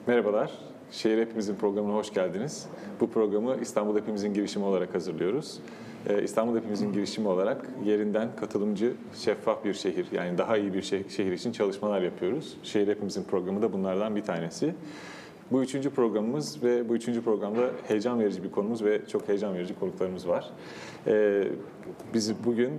Merhabalar, Şehir Hepimizin programına hoş geldiniz. Bu programı İstanbul Hepimizin girişimi olarak hazırlıyoruz. İstanbul Hepimizin girişimi olarak yerinden katılımcı, şeffaf bir şehir, yani daha iyi bir şehir için çalışmalar yapıyoruz. Şehir Hepimizin programı da bunlardan bir tanesi. Bu üçüncü programımız ve bu üçüncü programda heyecan verici bir konumuz ve çok heyecan verici konuklarımız var. Biz bugün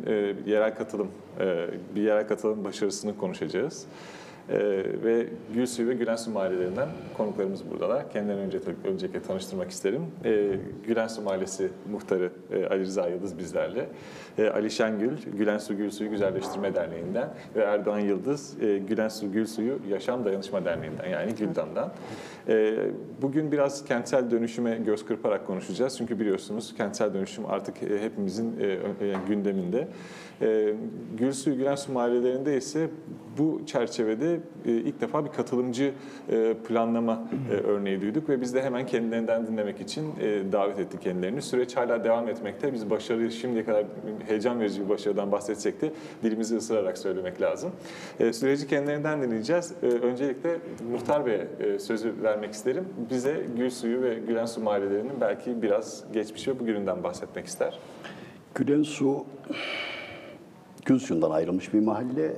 bir yerel katılım başarısını konuşacağız. Ve Gülsuyu ve Gülensu mahallelerinden konuklarımız buradalar. Kendilerini öncelikle tanıştırmak isterim. Gülensu Mahallesi Muhtarı Ali Rıza Yıldız bizlerle. Ali Şengül, Gülensu Gülsuyu Güzelleştirme Derneği'nden ve Erdoğan Yıldız, Gülensu Gülsuyu Yaşam Dayanışma Derneği'nden, yani Güldan'dan. Bugün biraz kentsel dönüşüme göz kırparak konuşacağız. Çünkü biliyorsunuz kentsel dönüşüm artık hepimizin gündeminde. Gülsuyu, Gülensu mahallelerinde ise bu çerçevede ilk defa bir katılımcı planlama örneği duyduk ve biz de hemen kendilerinden dinlemek için davet ettik kendilerini. Süreç hala devam etmekte. Biz başarıyı şimdiye kadar heyecan verici bir başarıdan bahsetsek de dilimizi ısırarak söylemek lazım. Süreci kendilerinden dinleyeceğiz. Öncelikle Muhtar Bey'e sözü vermek isterim. Bize Gülsuyu ve Gülensu mahallelerinin belki biraz geçmiş ve bugününden bahsetmek ister. Gülensu, Gülsuyu'ndan ayrılmış bir mahalle.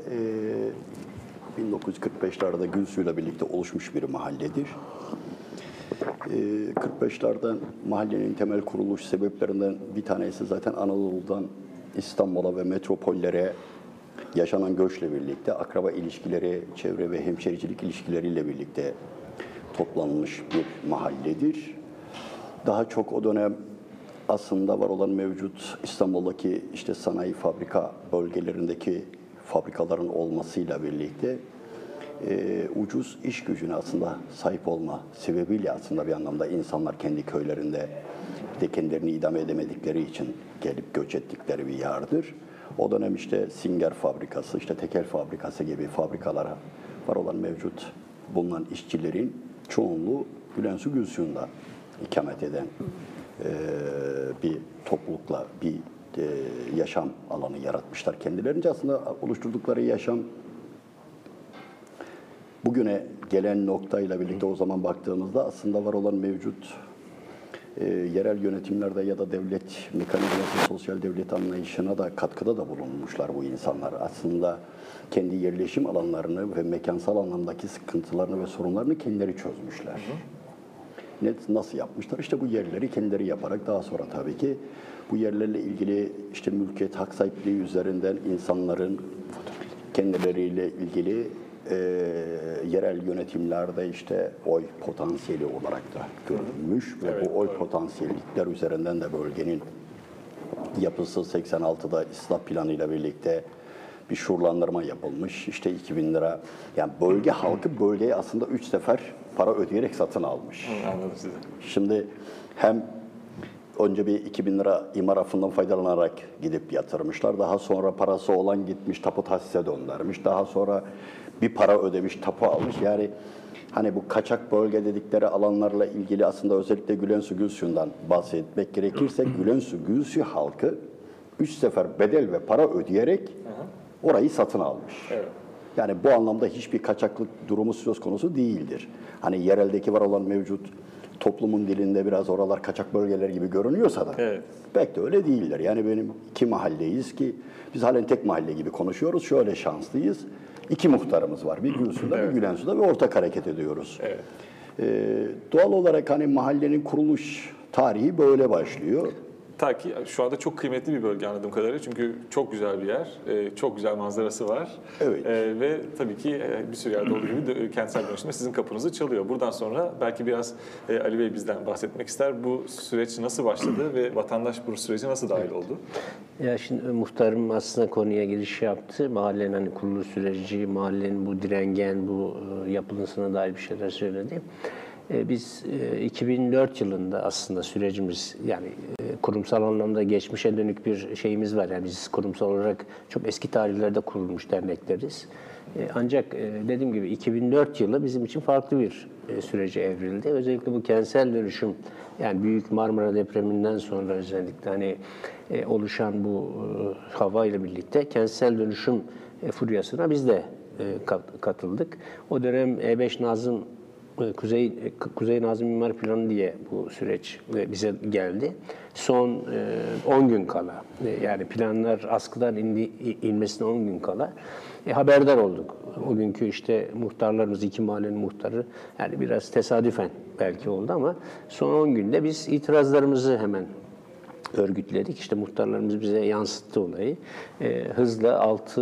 1945'lerde Gülsuyu'yla birlikte oluşmuş bir mahalledir. 45'lerden mahallenin temel kuruluş sebeplerinden bir tanesi zaten Anadolu'dan İstanbul'a ve metropollere yaşanan göçle birlikte akraba ilişkileri, çevre ve hemşericilik ilişkileriyle birlikte toplanmış bir mahalledir. Daha çok o dönem aslında var olan mevcut İstanbul'daki işte sanayi fabrika bölgelerindeki fabrikaların olmasıyla birlikte ucuz iş gücüne aslında sahip olma sebebiyle aslında bir anlamda insanlar kendi köylerinde de kendilerini idame edemedikleri için gelip göç ettikleri bir yerdir. O dönem işte Singer fabrikası, işte tekel fabrikası gibi fabrikalara var olan mevcut bulunan işçilerin çoğunluğu Gülensu Gülsuyu'nda ikamet eden bir toplulukla bir yaşam alanı yaratmışlar kendilerince. Aslında oluşturdukları yaşam bugüne gelen noktayla birlikte o zaman baktığımızda aslında var olan mevcut yerel yönetimlerde ya da devlet mekanizması, sosyal devlet anlayışına da katkıda da bulunmuşlar bu insanlar. Aslında kendi yerleşim alanlarını ve mekansal anlamdaki sıkıntılarını ve sorunlarını kendileri çözmüşler. Nasıl yapmışlar? İşte bu yerleri kendileri yaparak daha sonra tabii ki bu yerlerle ilgili işte mülkiyet, hak sahipliği üzerinden insanların kendileriyle ilgili yerel yönetimlerde işte oy potansiyeli olarak da görülmüş ve evet, bu oy potansiyellikler üzerinden de bölgenin yapısı 86'da ıslah planıyla birlikte bir şuralandırma yapılmış. İşte 2000 lira. Yani bölge halkı bölgeyi aslında 3 sefer para ödeyerek satın almış. Anladım sizi. Şimdi hem önce bir 2000 lira imar affından faydalanarak gidip yatırmışlar. Daha sonra parası olan gitmiş tapu tahsise döndürmüş. Daha sonra bir para ödemiş, tapu almış. Yani hani bu kaçak bölge dedikleri alanlarla ilgili aslında özellikle Gülensu Gülsuyu'ndan bahsetmek gerekirse Gülensu Gülsuyu halkı 3 sefer bedel ve para ödeyerek orayı satın almış. Evet. Yani bu anlamda hiçbir kaçaklık durumu söz konusu değildir. Hani yereldeki var olan mevcut toplumun dilinde biraz oralar kaçak bölgeler gibi görünüyorsa da evet, pek de öyle değiller. Yani benim 2 mahalleyiz ki biz halen tek mahalle gibi konuşuyoruz. Şöyle şanslıyız. 2 muhtarımız var. Bir Gülsu'da evet, bir Gülensu'da ve ortak hareket ediyoruz. Evet. Doğal olarak hani mahallenin kuruluş tarihi böyle başlıyor. Ta ki şu anda çok kıymetli bir bölge anladığım kadarıyla. Çünkü çok güzel bir yer, çok güzel manzarası var. Evet. Ve tabii ki bir sürü yerde olduğu gibi kentsel dönüşümde sizin kapınızı çalıyor. Buradan sonra belki biraz Ali Bey bizden bahsetmek ister. Bu süreç nasıl başladı ve vatandaş bu sürece nasıl dahil oldu? Ya şimdi muhtarım aslında konuya giriş yaptı. Mahallenin hani kuruluş süreci, mahallenin bu direngen, bu yapılısına dair bir şeyler söyledi. Biz 2004 yılında aslında sürecimiz yani kurumsal anlamda geçmişe dönük bir şeyimiz var. Yani biz kurumsal olarak çok eski tarihlerde kurulmuş dernekleriz. Ancak dediğim gibi 2004 yılı bizim için farklı bir sürece evrildi. Özellikle bu kentsel dönüşüm yani Büyük Marmara depreminden sonra özellikle hani oluşan bu hava ile birlikte kentsel dönüşüm furyasına biz de katıldık. O dönem E5 Nazım Kuzey Nazım Mimar Planı diye bu süreç bize geldi. Son 10 gün kala, yani planlar askıdan inmesine 10 gün kala haberdar olduk. O günkü işte muhtarlarımız, 2 mahallenin muhtarı, yani biraz tesadüfen belki oldu ama son 10 günde biz itirazlarımızı hemen örgütledik. İşte muhtarlarımız bize yansıttı olayı. Hızla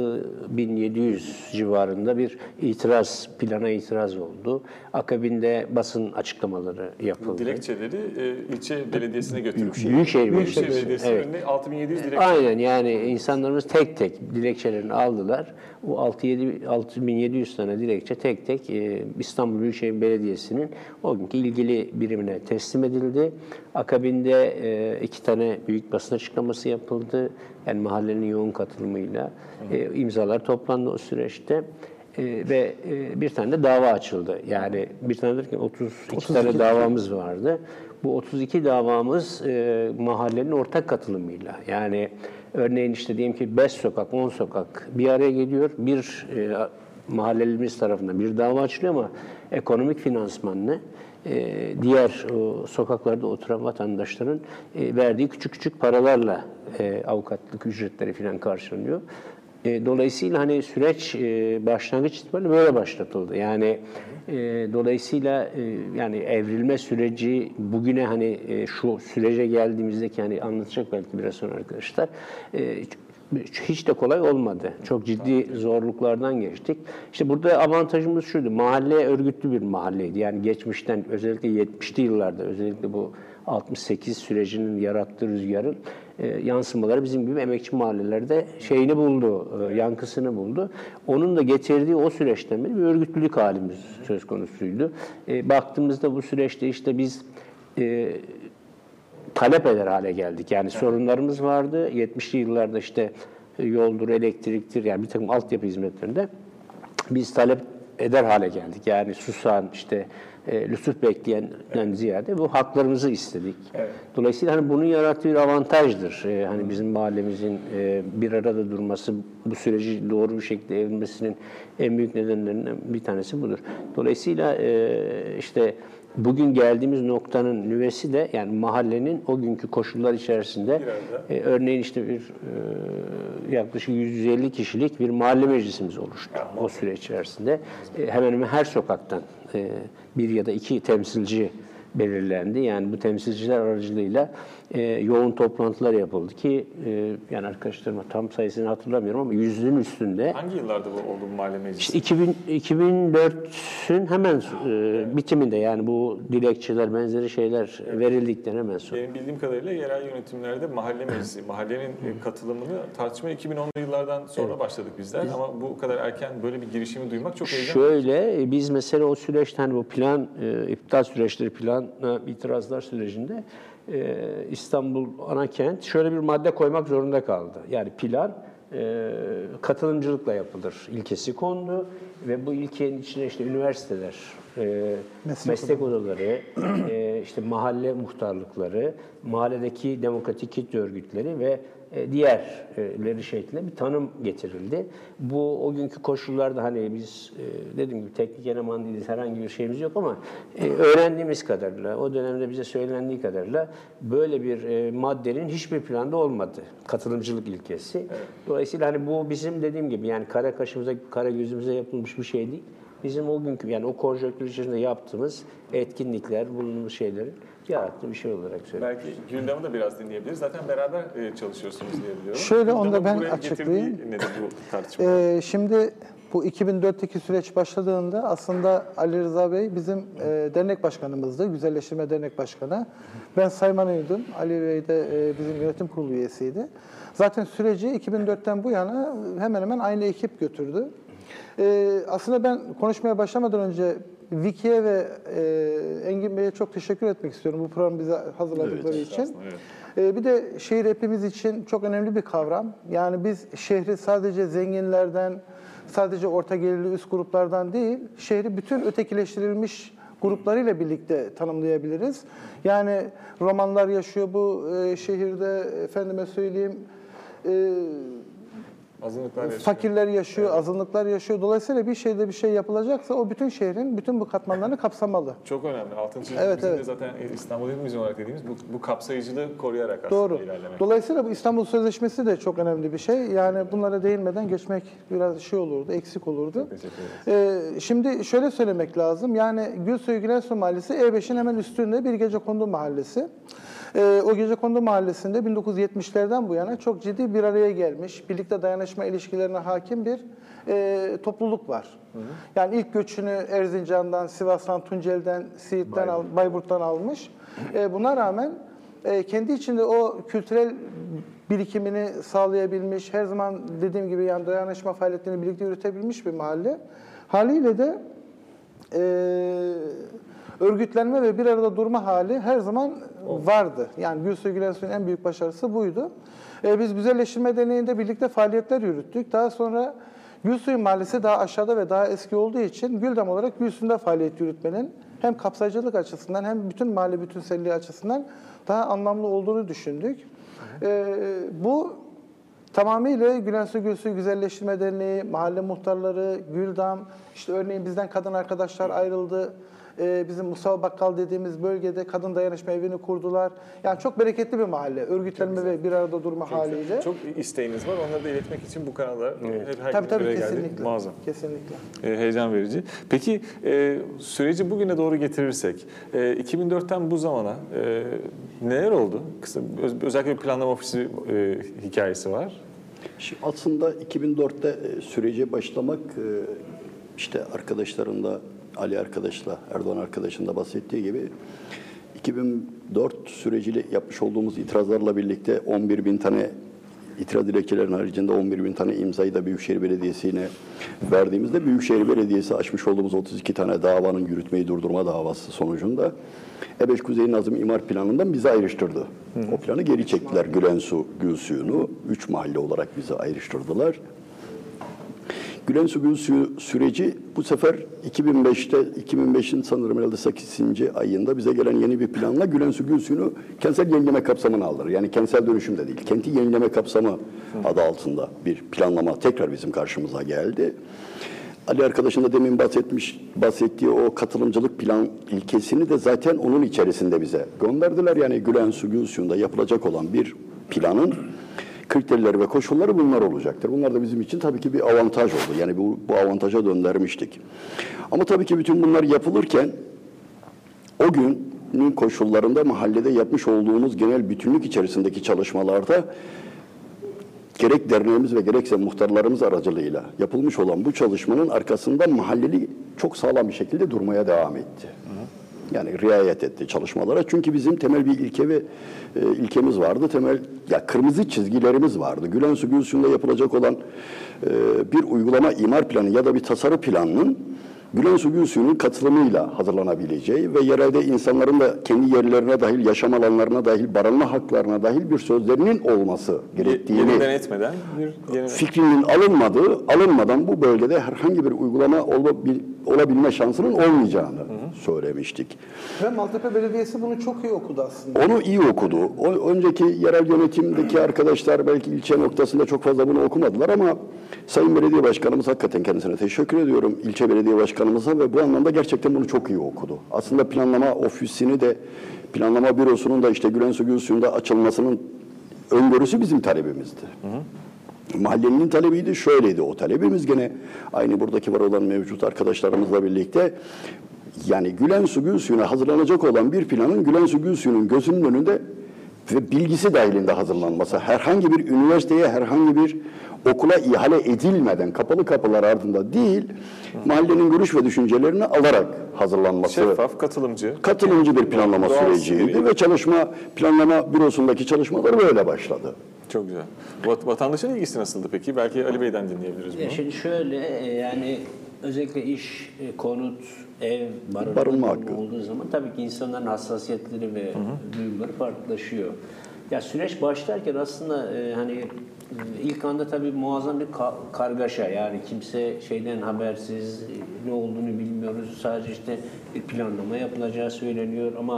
6700 civarında bir plana itiraz oldu. Akabinde basın açıklamaları yapıldı. Dilekçeleri ilçe belediyesine götürmüş. Büyükşehir Belediyesi'nin evet. önüne 6700 dilekçe. Aynen, yani insanlarımız tek tek dilekçelerini aldılar. O 6700 tane dilekçe tek tek İstanbul Büyükşehir Belediyesi'nin o günkü ilgili birimine teslim edildi. Akabinde 2 tane büyük basın açıklaması yapıldı. Yani mahallenin yoğun katılımıyla imzalar toplandı o süreçte. Ve bir tane de dava açıldı. Yani bir tane derken 32 tane davamız vardı. Bu 32 davamız mahallenin ortak katılımıyla. Yani örneğin işte diyelim ki 5 sokak, 10 sokak bir araya geliyor. Bir mahallelimiz tarafından bir dava açılıyor ama ekonomik finansmanını diğer sokaklarda oturan vatandaşların verdiği küçük küçük paralarla avukatlık ücretleri falan karşılanıyor. Dolayısıyla hani süreç başlangıç itibariyle böyle başlatıldı. Yani dolayısıyla yani evrilme süreci bugüne hani şu sürece geldiğimizdeki, hani anlatacak belki biraz sonra arkadaşlar, hiç de kolay olmadı. Çok ciddi zorluklardan geçtik. İşte burada avantajımız şuydu: mahalle örgütlü bir mahalleydi. Yani geçmişten, özellikle 70'li yıllarda, özellikle bu 68 sürecinin yarattığı rüzgarın yansımaları bizim gibi emekçi mahallelerde şeyini buldu, yankısını buldu. Onun da getirdiği o süreçten beri bir örgütlülük halimiz söz konusuydu. Baktığımızda bu süreçte işte biz talep eder hale geldik. Yani sorunlarımız vardı. 70'li yıllarda işte yoldur, elektriktir, yani bir takım altyapı hizmetlerinde biz talep eder hale geldik. Yani susan, işte lütuf bekleyenden ziyade bu haklarımızı istedik. Evet. Dolayısıyla hani bunun yarattığı bir avantajdır. Hani bizim mahallemizin bir arada durması, bu süreci doğru bir şekilde evrilmesinin en büyük nedenlerinden bir tanesi budur. Dolayısıyla işte bugün geldiğimiz noktanın nüvesi de yani mahallenin o günkü koşullar içerisinde örneğin işte bir yaklaşık 150 kişilik bir mahalle meclisimiz oluştu o süreç içerisinde. Hemen hemen her sokaktan bir ya da 2 temsilci belirlendi. Yani bu temsilciler aracılığıyla yoğun toplantılar yapıldı ki yani arkadaşlarıma tam sayısını hatırlamıyorum ama 100'ün üstünde. Hangi yıllarda bu oldu bu mahalle meclisi? İşte 2004'ün hemen bitiminde, yani bu dilekçeler, benzeri şeyler verildikten hemen sonra. Benim bildiğim kadarıyla yerel yönetimlerde mahalle meclisi, mahallenin katılımını tartışmaya 2010'lu yıllardan sonra başladık bizler. Ama bu kadar erken böyle bir girişimi duymak çok heyecanlı. Şöyle, biz mesela o süreçte hani bu plan, iptal süreçleri, plana itirazlar sürecinde İstanbul Anakent şöyle bir madde koymak zorunda kaldı. Yani plan katılımcılıkla yapılır ilkesi kondu ve bu ilkenin içine işte üniversiteler, meslek odaları, işte mahalle muhtarlıkları, mahalledeki demokratik kitle örgütleri ve diğerleri şeklinde bir tanım getirildi. Bu o günkü koşullarda hani biz dediğim gibi teknik eleman değiliz, herhangi bir şeyimiz yok ama öğrendiğimiz kadarıyla, o dönemde bize söylendiği kadarıyla böyle bir maddenin hiçbir planda olmadı. Katılımcılık ilkesi. Evet. Dolayısıyla hani bu bizim dediğim gibi yani kara kaşımıza, kara gözümüze yapılmış bir şey değil. Bizim o günkü yani o konjonktür içerisinde yaptığımız etkinlikler, bulunduğumuz şeylerin yarattığı bir şey olarak söylüyorum. Belki Gündem'i de biraz dinleyebiliriz. Zaten beraber çalışıyorsunuz diye biliyorum. Şöyle onu da Gündem'in ben açıklayayım. Nedir bu tartışma? Şimdi bu 2004'teki süreç başladığında aslında Ali Rıza Bey bizim dernek başkanımızdı. Güzelleştirme Dernek Başkanı. Ben saymanıydım. Ali Bey de bizim yönetim kurulu üyesiydi. Zaten süreci 2004'ten bu yana hemen hemen aynı ekip götürdü. Aslında ben konuşmaya başlamadan önce Viki'ye ve Engin Bey'e çok teşekkür etmek istiyorum bu programı bize hazırladıkları için. Bir de şehir hepimiz için çok önemli bir kavram. Yani biz şehri sadece zenginlerden, sadece orta gelirli üst gruplardan değil, şehri bütün ötekileştirilmiş gruplarıyla birlikte tanımlayabiliriz. Yani romanlar yaşıyor bu şehirde, efendime söyleyeyim, Azınlıklar yaşıyor. fakirler yaşıyor, azınlıklar yaşıyor. Dolayısıyla bir şeyde bir şey yapılacaksa o bütün şehrin bütün bu katmanlarını kapsamalı. Çok önemli. Altın çizgi Evet, bizim de evet. zaten İstanbul İl Müziği olarak dediğimiz bu kapsayıcılığı koruyarak aslında Doğru. ilerlemek. Dolayısıyla bu İstanbul Sözleşmesi de çok önemli bir şey. Yani bunlara değinmeden geçmek biraz şey olurdu, eksik olurdu. Teşekkür ederim. Şimdi şöyle söylemek lazım. Yani Gülsuyu Gülensu Mahallesi E5'in hemen üstünde bir gecekondu mahallesi. O gecekondu mahallesinde 1970'lerden bu yana çok ciddi bir araya gelmiş, birlikte dayanışma ilişkilerine hakim bir topluluk var. Yani ilk göçünü Erzincan'dan, Sivas'tan, Tunceli'den, Siirt'ten, Bayburt'tan almış. Buna rağmen kendi içinde o kültürel birikimini sağlayabilmiş, her zaman dediğim gibi yani dayanışma faaliyetlerini birlikte yürütebilmiş bir mahalle. Haliyle de örgütlenme ve bir arada durma hali her zaman vardı. Yani Gülsuyu Gülensu'nun en büyük başarısı buydu. Biz Güzelleştirme Derneği'nde birlikte faaliyetler yürüttük. Daha sonra Gülsuyu Mahallesi daha aşağıda ve daha eski olduğu için Güldem olarak Gülsü'nde faaliyet yürütmenin hem kapsayıcılık açısından hem bütün mahalle bütünselliği açısından daha anlamlı olduğunu düşündük. Bu tamamıyla Gülensu Gülsuyu Güzelleştirme Derneği, mahalle muhtarları, Güldam, işte örneğin bizden kadın arkadaşlar ayrıldı. Bizim Mustafa Bakkal dediğimiz bölgede kadın dayanışma evini kurdular. Yani çok bereketli bir mahalle. Örgütlenme ve bir arada durma haliyle. Çok isteğiniz var. Onları da iletmek için bu kanalda Tabii tabii geldi. kesinlikle. Muazzam. Kesinlikle. Heyecan verici. Peki süreci bugüne doğru getirirsek 2004'ten bu zamana neler oldu? Kısa, özellikle bir planlama ofisi hikayesi var. Şimdi aslında 2004'te sürece başlamak işte arkadaşların da Ali arkadaşla, Erdoğan arkadaşın da bahsettiği gibi 2004 süreciyle yapmış olduğumuz itirazlarla birlikte 11.000 tane itiraz dilekçelerinin haricinde 11.000 tane imzayı da Büyükşehir Belediyesi'ne verdiğimizde Büyükşehir Belediyesi açmış olduğumuz 32 tane davanın yürütmeyi durdurma davası sonucunda E5 Kuzey Nazım İmar Planı'ndan bizi ayrıştırdı. O planı geri çektiler. Gülensu, Gülsuyu'nu 3 mahalle olarak bizi ayrıştırdılar. Gülensu Gülsuyu süreci bu sefer 2005'in sanırım herhalde 8. ayında bize gelen yeni bir planla Gülensu Gülsuyu'nu kentsel yenileme kapsamına aldılar. Yani kentsel dönüşüm de değil, kenti yenileme kapsamı adı altında bir planlama tekrar bizim karşımıza geldi. Ali arkadaşın da demin bahsettiği o katılımcılık plan ilkesini de zaten onun içerisinde bize gönderdiler. Yani Gülensu Gülsuyu'nda yapılacak olan bir planın kriterleri ve koşulları bunlar olacaktır. Bunlar da bizim için tabii ki bir avantaj oldu. Yani bu avantaja döndürmüştük. Ama tabii ki bütün bunlar yapılırken o günün koşullarında mahallede yapmış olduğumuz genel bütünlük içerisindeki çalışmalarda gerek derneğimiz ve gerekse muhtarlarımız aracılığıyla yapılmış olan bu çalışmanın arkasında mahalleli çok sağlam bir şekilde durmaya devam etti. Yani riayet etti çalışmalara. Çünkü bizim temel bir ilke ve ilkemiz vardı. Kırmızı çizgilerimiz vardı. Gülensu Gülsuyu'nda yapılacak olan bir uygulama imar planı ya da bir tasarı planının Gülensu Gülsuyu'nun katılımıyla hazırlanabileceği ve yerelde insanların da kendi yerlerine dahil, yaşam alanlarına dahil, barınma haklarına dahil bir sözlerinin olması gerektiğini fikrinin alınmadan bu bölgede herhangi bir uygulama olabilme şansının olmayacağını söylemiştik. Ve Maltepe Belediyesi bunu çok iyi okudu aslında. Onu iyi okudu. Önceki yerel yönetimdeki arkadaşlar belki ilçe noktasında çok fazla bunu okumadılar ama Sayın Belediye Başkanımız hakikaten kendisine teşekkür ediyorum. İlçe Belediye Başkanımıza ve bu anlamda gerçekten bunu çok iyi okudu. Aslında planlama ofisini de planlama bürosunun da işte Gülensu Gülsuyu'nda açılmasının öngörüsü bizim talebimizdi. Mahallenin talebiydi, şöyleydi o talebimiz gene aynı buradaki var olan mevcut arkadaşlarımızla birlikte. Yani Gülensu Gülsuyu'na hazırlanacak olan bir planın Gülensu Gülsuyu'nun gözünün önünde ve bilgisi dahilinde hazırlanması, herhangi bir üniversiteye, herhangi bir okula ihale edilmeden, kapalı kapılar ardında değil, mahallenin görüş ve düşüncelerini alarak hazırlanması. Şeffaf, katılımcı bir planlama süreciydi ve planlama bürosundaki çalışmalar böyle başladı. Çok güzel. Vatandaşın ilgisi nasıldı peki? Belki Ali Bey'den dinleyebiliriz bunu. Şimdi şöyle yani özellikle iş, konut, ev, barınma hakkı olduğu zaman tabii ki insanların hassasiyetleri ve duyguları farklılaşıyor. Ya süreç başlarken aslında hani ilk anda tabii muazzam bir kargaşa, yani kimse şeyden habersiz, ne olduğunu bilmiyoruz. Sadece işte bir planlama yapılacağı söyleniyor ama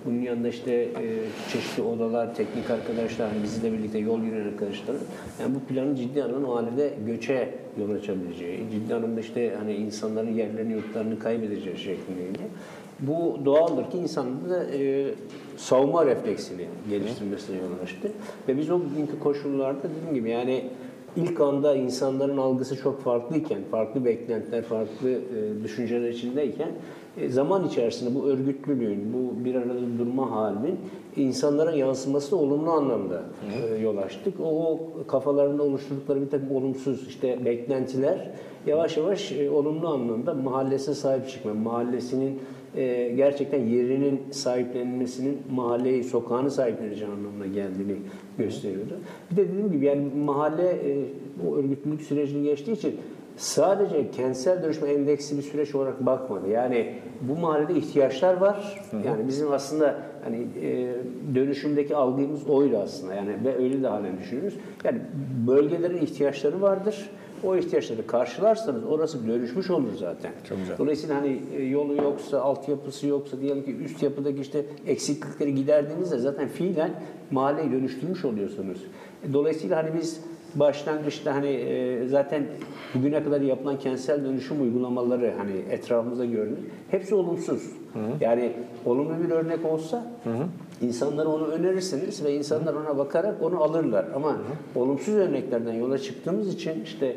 Bunun yanında işte çeşitli odalar, teknik arkadaşlar, hani bizle birlikte yol yürüyen arkadaşlar. Yani bu planın ciddi anlamda mahallede göçe yol açabileceği, ciddi anlamda işte hani insanların yerlerini, yurtlarını kaybedeceği şeklindeydi. Bu doğaldır ki insanın da savunma refleksini geliştirmesine yol açtı. Ve biz o günkü koşullarda dediğim gibi yani ilk anda insanların algısı çok farklıyken, farklı beklentiler, farklı düşünceler içindeyken zaman içerisinde bu örgütlülüğün, bu bir arada durma halinin insanlara yansıması da olumlu anlamda yol açtık. O kafalarında oluşturdukları bir takım olumsuz işte beklentiler yavaş yavaş olumlu anlamda mahallesine sahip çıkma, mahallesinin gerçekten yerinin sahiplenmesinin mahalleyi, sokağını sahipleneceği anlamına geldiğini gösteriyordu. Bir de dediğim gibi yani mahalle o örgütlülük sürecini geçtiği için sadece kentsel dönüşme endeksi bir süreç olarak bakmadı. Yani bu mahallede ihtiyaçlar var. Yani bizim aslında hani dönüşümdeki algımız oydu aslında. Yani ve öyle de halen düşünüyoruz. Yani bölgelerin ihtiyaçları vardır. O ihtiyaçları karşılarsanız orası dönüşmüş olur zaten. Çok güzel. Dolayısıyla hani yolu yoksa, altyapısı yoksa, diyelim ki üst yapıdaki işte eksiklikleri giderdiğinizde zaten fiilen mahalleyi dönüştürmüş oluyorsunuz. Dolayısıyla hani biz başlangıçta hani zaten bugüne kadar yapılan kentsel dönüşüm uygulamaları hani etrafımızda gördük. Hepsi olumsuz. Yani olumlu bir örnek olsa insanlara onu önerirsiniz ve insanlar ona bakarak onu alırlar. Ama olumsuz örneklerden yola çıktığımız için işte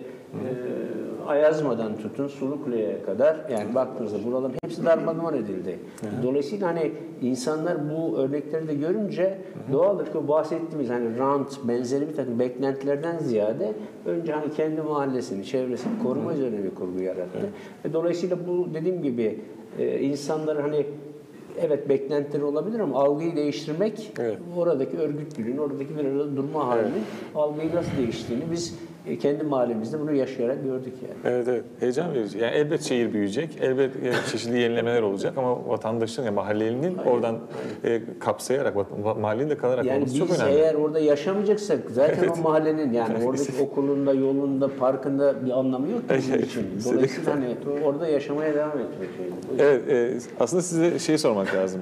Ayazma'dan tutun Sulukule'ye kadar yani baktığınızda buraların hepsi darmadağın edildi. Dolayısıyla hani insanlar bu örnekleri de görünce doğaldır ki o bahsettiğimiz hani rant benzeri bir takım beklentilerden ziyade önce hani kendi mahallesini, çevresini koruma üzerine bir kurgu yarattı. Ve dolayısıyla bu dediğim gibi insanlar hani evet beklentileri olabilir ama algıyı değiştirmek oradaki örgütlülüğün, oradaki bir arada durma halinin algıyı nasıl değiştiğini biz kendi mahallemizde bunu yaşayarak gördük yani. Evet, evet. Heyecan verici. Yani elbet şehir büyüyecek, elbet çeşitli yenilemeler olacak ama vatandaşın, yani mahallelinin oradan kapsayarak, mahallenin de kalarak yani olması çok biz önemli. eğer orada yaşamayacaksak zaten o mahallenin yani oradaki okulunda, yolunda, parkında bir anlamı yok bizim için. Dolayısıyla hani orada yaşamaya devam etmek. Evet, aslında size şey sormak lazım.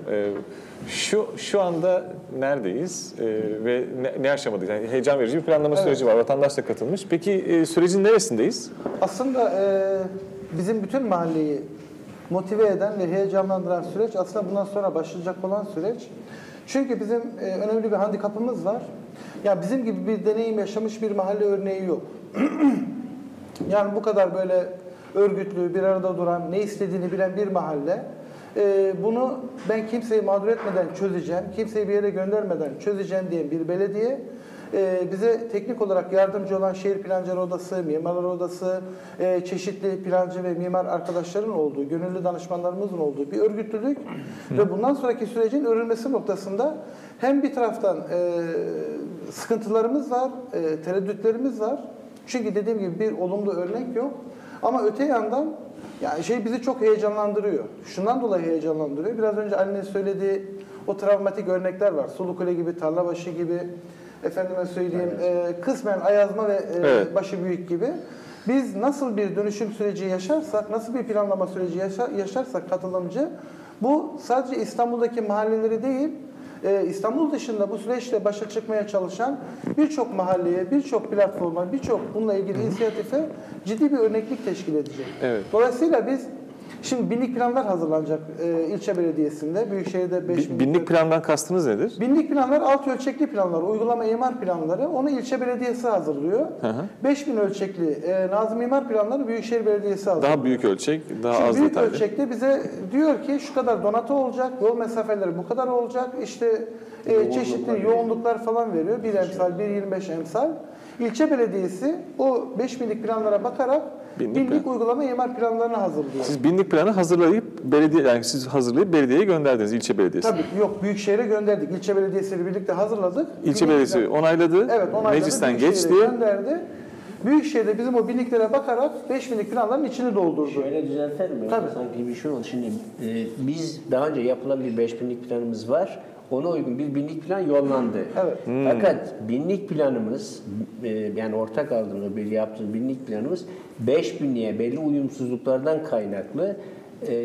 Şu anda neredeyiz ve ne aşamadayız? Yani heyecan verici bir planlama süreci var. Vatandaş da katılmış. Peki sürecin neresindeyiz? Aslında bizim bütün mahalleyi motive eden ve heyecanlandıran süreç aslında bundan sonra başlayacak olan süreç. Çünkü bizim önemli bir handikapımız var. Ya bizim gibi bir deneyim yaşamış bir mahalle örneği yok. Yani bu kadar böyle örgütlü, bir arada duran, ne istediğini bilen bir mahalle. Bunu ben kimseyi mağdur etmeden çözeceğim, kimseyi bir yere göndermeden çözeceğim diye bir belediye bize teknik olarak yardımcı olan Şehir Plancıları Odası, Mimarlar Odası, çeşitli plancı ve mimar arkadaşların olduğu, gönüllü danışmanlarımızın olduğu bir örgütlülük ve bundan sonraki sürecin örülmesi noktasında hem bir taraftan sıkıntılarımız var, tereddütlerimiz var. Çünkü dediğim gibi bir olumlu örnek yok. Ama öte yandan yani bizi çok heyecanlandırıyor. Şundan dolayı heyecanlandırıyor. Biraz önce Ali'nin söylediği o travmatik örnekler var. Sulukule gibi, Tarlabaşı gibi, efendime söyleyeyim, kısmen Ayazma ve Başı Büyük gibi. Biz nasıl bir dönüşüm süreci yaşarsak, nasıl bir planlama süreci yaşarsak katılımcı, bu sadece İstanbul'daki mahalleleri değil, İstanbul dışında bu süreçle başa çıkmaya çalışan birçok mahalleye, birçok platforma, birçok bununla ilgili inisiyatife ciddi bir örneklik teşkil edecek. Evet. Dolayısıyla biz şimdi binlik planlar hazırlanacak ilçe belediyesinde, Büyükşehir'de 5000 Binlik plandan kastınız nedir? Binlik planlar alt ölçekli planlar, uygulama imar planları onu ilçe belediyesi hazırlıyor. 5000 ölçekli Nazım imar planları Büyükşehir Belediyesi hazırlıyor. Daha büyük ölçek, daha Şimdi az büyük detaylı. ölçekte bize diyor ki şu kadar donatı olacak, yol mesafeleri bu kadar olacak, işte çeşitli yoğunluklar falan veriyor. 1 emsal, 1.25 emsal. İlçe belediyesi o 5000'lik planlara bakarak binlik uygulama imar planlarını hazırlıyor. Siz binlik planı hazırlayıp belediyeye gönderdiniz, ilçe belediyesi. Tabii yok, Büyükşehir'e gönderdik. İlçe belediyesiyle birlikte hazırladık. İlçe belediyesi onayladı, evet, onayladı. meclisten Büyükşehir'e geçti. gönderdi. Büyükşehir'de bizim o binliklere bakarak 5000'lik planların içini doldurdu. Şöyle düzeltelim mi? Tabii. Sanki bir şey oldu. Şimdi biz daha önce yapılan bir 5000'lik planımız var. Ona uygun bir binlik plan yollandı. Evet. Fakat binlik planımız, yani ortak aldığımız, bir yaptığımız binlik planımız 5000'liğe belli uyumsuzluklardan kaynaklı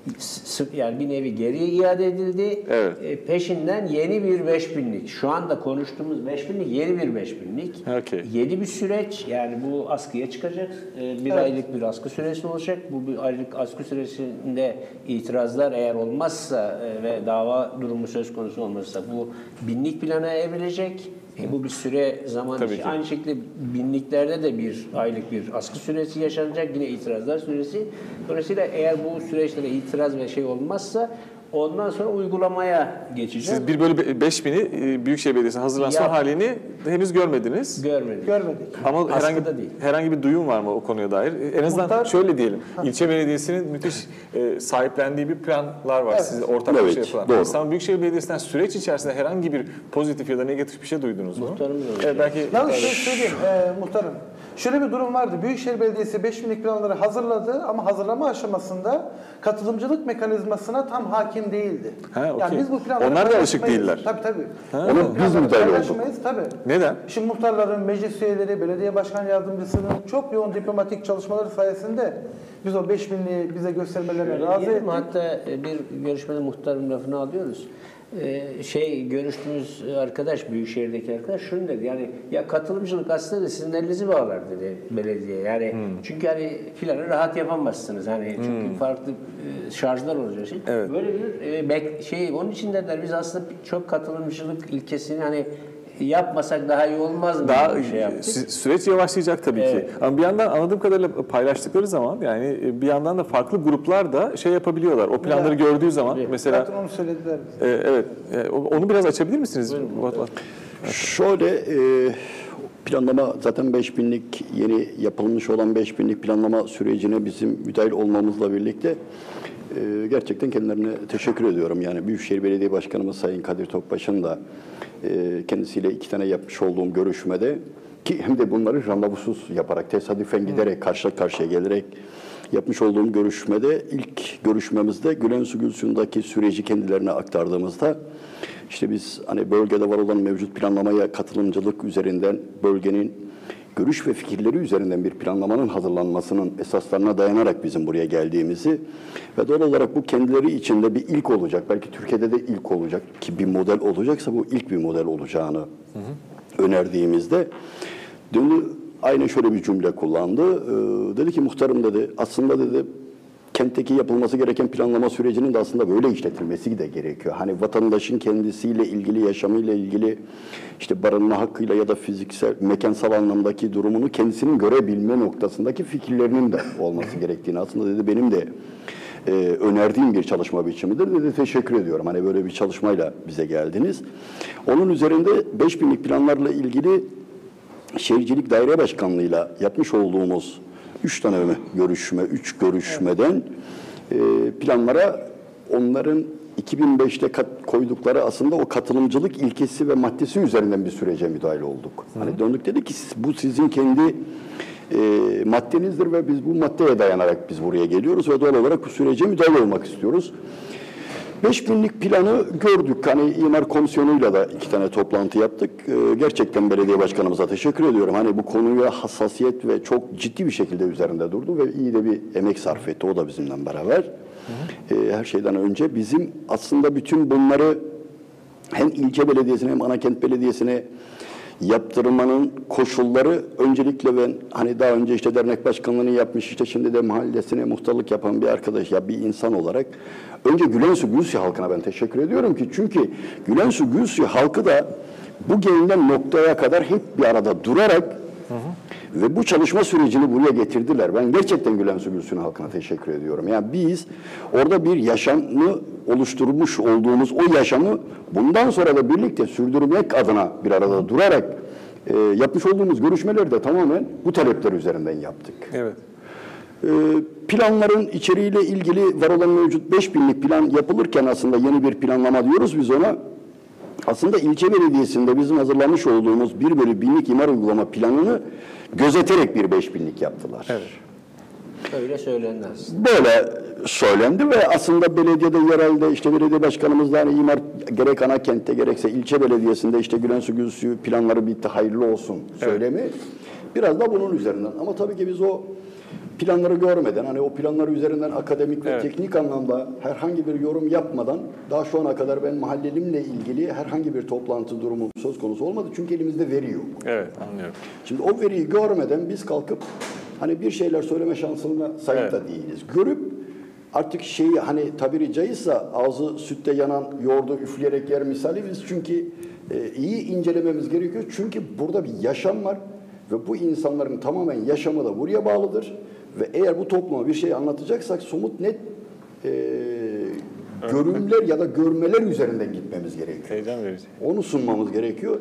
Yani bir nevi geriye iade edildi. Evet. Peşinden yeni bir 5000'lik. Şu anda konuştuğumuz 5000'lik yeni bir 5000'lik. Okey. Yeni bir süreç. Yani bu askıya çıkacak. Bir aylık bir askı süresi olacak. Bu bir aylık askı süresinde itirazlar eğer olmazsa ve dava durumu söz konusu olmazsa bu binlik plana evrilecek. Bu bir süre zaman Tabii işi. ki. Aynı şekilde binliklerde de bir aylık bir askı süresi yaşanacak. Yine itirazlar süresi. Dolayısıyla eğer bu süreçlere itiraz ve şey olmazsa ondan sonra uygulamaya geçeceğiz. Siz 1/5000'i Büyükşehir Belediyesi'nin hazırlanan Ya- halini henüz görmediniz. Görmedik. Görmedik. Ama Askıda değil. herhangi bir duyum var mı o konuya dair? En azından Muhtar- şöyle diyelim. İlçe Belediyesi'nin müthiş sahiplendiği bir planlar var. Evet. Siz ortak bir Evet, şey yapılan. doğru. İstanbul Büyükşehir Belediyesi'nden süreç içerisinde herhangi bir pozitif ya da negatif bir şey duydunuz mu? Muhtarım da öyle. Evet, belki Yalnız şöyle söyleyeyim muhtarım. Şöyle bir durum vardı. Büyükşehir Belediyesi 5000'lik planları hazırladı ama hazırlama aşamasında katılımcılık mekanizmasına tam hakim değildi. Ha, okey. Yani biz bu planları Onlar da alışık paylaşmayız. değiller. Tabii. Onu biz müdahale olduk. Paylaşmayız tabii. Neden? Şimdi muhtarların, meclis üyeleri, belediye başkan yardımcısının çok yoğun diplomatik çalışmaları sayesinde biz o 5000'liği bize göstermelerine razı Diyelim, ettik. hatta bir görüşmede muhtarın lafını alıyoruz. Görüştüğümüz arkadaş, Büyükşehir'deki arkadaş şunu dedi, yani ya katılımcılık aslında da sizin elinizi bağlar dedi belediye. Yani çünkü hani planı rahat yapamazsınız. Hani çünkü farklı şarjlar olacak şey. Evet. Böyle bir onun için dediler biz aslında çok katılımcılık ilkesini hani yapmasak daha iyi olmaz mı? Daha bir şey yaptık. süreç yavaşlayacak tabii ki. Ama bir yandan anladığım kadarıyla paylaştıkları zaman yani bir yandan da farklı gruplar da şey yapabiliyorlar. O planları gördüğü zaman mesela Zaten onu söylediler bize. evet onu biraz açabilir misiniz? Şöyle planlama zaten 5000'lik yeni yapılmış olan 5000'lik planlama sürecine bizim müdahil olmamızla birlikte gerçekten kendilerine teşekkür ediyorum. Yani Büyükşehir Belediye Başkanımız Sayın Kadir Topbaş'ın da kendisiyle 2 tane yapmış olduğum görüşmede ki hem de bunları randevusuz yaparak tesadüfen giderek karşı karşıya gelerek yapmış olduğum görüşmede ilk görüşmemizde Gülensu Gülsu'ndaki süreci kendilerine aktardığımızda işte biz hani bölgede var olan mevcut planlamaya katılımcılık üzerinden bölgenin görüş ve fikirleri üzerinden bir planlamanın hazırlanmasının esaslarına dayanarak bizim buraya geldiğimizi ve doğal olarak bu kendileri içinde bir ilk olacak, belki Türkiye'de de ilk olacak ki bir model olacaksa bu ilk bir model olacağını önerdiğimizde dün aynen şöyle bir cümle kullandı. Dedi ki muhtarım dedi aslında dedi kentteki yapılması gereken planlama sürecinin de aslında böyle işletilmesi de gerekiyor. Hani vatandaşın kendisiyle ilgili, yaşamıyla ilgili işte barınma hakkıyla ya da fiziksel, mekansal anlamdaki durumunu kendisinin görebilme noktasındaki fikirlerinin de olması gerektiğini aslında dedi benim de önerdiğim bir çalışma biçimidir. Dedi teşekkür ediyorum. Hani böyle bir çalışmayla bize geldiniz. Onun üzerinde 5000'lik planlarla ilgili Şehircilik Daire Başkanlığı'yla yapmış olduğumuz 3 görüşmeden planlara onların 2005'te koydukları aslında o katılımcılık ilkesi ve maddesi üzerinden bir sürece müdahil olduk. Hani döndük dedik ki bu sizin kendi maddenizdir ve biz bu maddeye dayanarak biz buraya geliyoruz ve doğal olarak bu sürece müdahil olmak istiyoruz. 5000'lik planı gördük. Hani İmar Komisyonu'yla da 2 tane toplantı yaptık. Gerçekten belediye başkanımıza teşekkür ediyorum. Hani bu konuya hassasiyet ve çok ciddi bir şekilde üzerinde durdu ve iyi de bir emek sarf etti. O da bizimle beraber. Her şeyden önce bizim aslında bütün bunları hem ilçe belediyesine hem Anakent Belediyesi'ne yaptırmanın koşulları öncelikle ben hani daha önce işte dernek başkanlığını yapmış işte şimdi de mahallesine muhtarlık yapan bir arkadaş ya bir insan olarak önce Gülensu Gülsuyu halkına ben teşekkür ediyorum ki çünkü Gülensu Gülsuyu halkı da bu gelinen noktaya kadar hep bir arada durarak ve bu çalışma sürecini buraya getirdiler. Ben gerçekten Gülensu Gülsuyu halkına teşekkür ediyorum. Yani biz orada bir yaşamı oluşturmuş olduğumuz o yaşamı bundan sonra da birlikte sürdürmek adına bir arada durarak yapmış olduğumuz görüşmeleri de tamamen bu talepler üzerinden yaptık. Evet. Planların içeriğiyle ilgili var olan mevcut 5000'lik plan yapılırken aslında yeni bir planlama diyoruz biz ona. Aslında ilçe belediyesinde bizim hazırlamış olduğumuz 1/1000'lik imar uygulama planını gözeterek bir 5000'lik yaptılar. Evet. Öyle söylendi aslında. Böyle söylendi ve aslında belediyede yerelde işte belediye başkanımız da hani imar gerek Anakent'te gerekse ilçe belediyesinde işte Gülensu Gülsuyu planları bitti hayırlı olsun söylemi. Biraz da bunun üzerinden ama tabii ki biz o planları görmeden, hani o planları üzerinden akademik ve Evet. teknik anlamda herhangi bir yorum yapmadan daha şu ana kadar ben mahallelimle ilgili herhangi bir toplantı durumu söz konusu olmadı. Çünkü elimizde veri yok. Evet, anlıyorum. Şimdi o veriyi görmeden biz kalkıp hani bir şeyler söyleme şansına sahip da değiliz. Görüp artık şeyi hani tabiri caizse ağzı sütte yanan yoğurdu üfleyerek yer misali biz çünkü iyi incelememiz gerekiyor. Çünkü burada bir yaşam var ve bu insanların tamamen yaşamı da buraya bağlıdır. Ve eğer bu topluma bir şey anlatacaksak somut net görünümler ya da görmeler üzerinden gitmemiz gerekiyor. Heyecan verici. Onu sunmamız gerekiyor.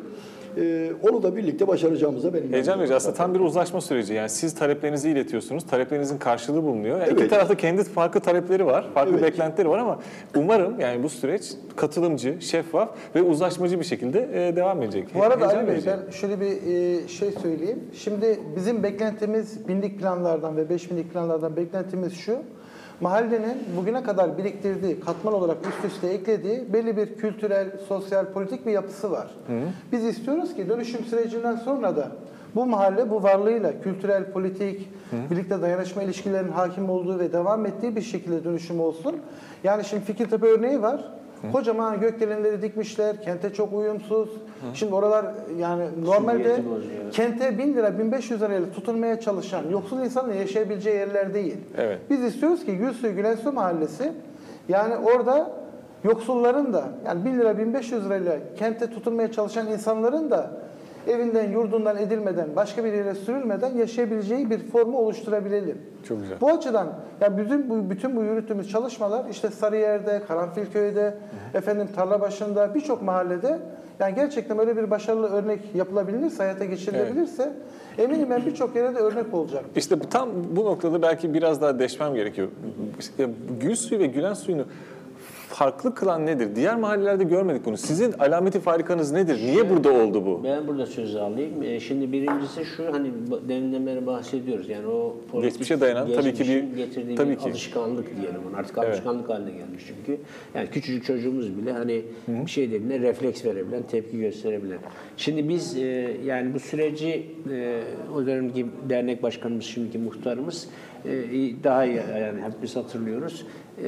Onu da birlikte başaracağımıza benim Heyecan verici. Aslında tam bir uzlaşma süreci. Yani siz taleplerinizi iletiyorsunuz. Taleplerinizin karşılığı bulunuyor. Yani Evet. İki tarafta kendi farklı talepleri var. Farklı Evet. beklentileri var ama umarım yani bu süreç katılımcı, şeffaf ve uzlaşmacı bir şekilde devam edecek. Bu arada Heyecan Ali Bey verici. ben şöyle bir şey söyleyeyim. Şimdi bizim beklentimiz binlik planlardan ve 5000'lik planlardan beklentimiz şu. Mahallenin bugüne kadar biriktirdiği, katman olarak üst üste eklediği belli bir kültürel, sosyal, politik bir yapısı var. Biz istiyoruz ki dönüşüm sürecinden sonra da bu mahalle bu varlığıyla kültürel, politik, birlikte dayanışma ilişkilerinin hakim olduğu ve devam ettiği bir şekilde dönüşüm olsun. Yani şimdi Fikirtepe örneği var. Kocaman gökdelenleri dikmişler, kente çok uyumsuz. Şimdi oralar yani normalde Sübiyeti bozuyor. kente 1000 lira, 1500 lirayla tutunmaya çalışan yoksul insanın yaşayabileceği yerler değil. Evet. Biz istiyoruz ki Gülsuyu Gülensu Mahallesi yani orada yoksulların da yani 1000 lira, 1500 lirayla kente tutunmaya çalışan insanların da evinden, yurdundan edilmeden, başka bir yere sürülmeden yaşayabileceği bir formu oluşturabilelim. Çok güzel. Bu açıdan yani bütün bu yürüttüğümüz çalışmalar işte Sarıyer'de, Karanfilköy'de, efendim Tarlabaşı'nda birçok mahallede yani gerçekten öyle bir başarılı örnek yapılabilirse, hayata geçirilebilirse eminim ben birçok yere de örnek olacak. İşte tam bu noktada belki biraz daha deşmem gerekiyor. İşte Gülsuyu ve Gülen suyunu farklı kılan nedir? Diğer mahallelerde görmedik bunu. Sizin alameti farikanız nedir? Niye burada oldu bu? Ben burada sözü alayım. Şimdi birincisi şu hani deminden beri bahsediyoruz. Yani o Geçmişe dayanan tabii ki geçmişin bir getirdiği tabii bir ki alışkanlık diyelim ona. Artık alışkanlık haline gelmiş çünkü. Yani küçücük çocuğumuz bile hani bir şey dediğinde refleks verebilen, tepki gösterebilen. Şimdi biz yani bu süreci o dönemki dernek başkanımız, şimdiki muhtarımız daha iyi yani hepimiz hatırlıyoruz.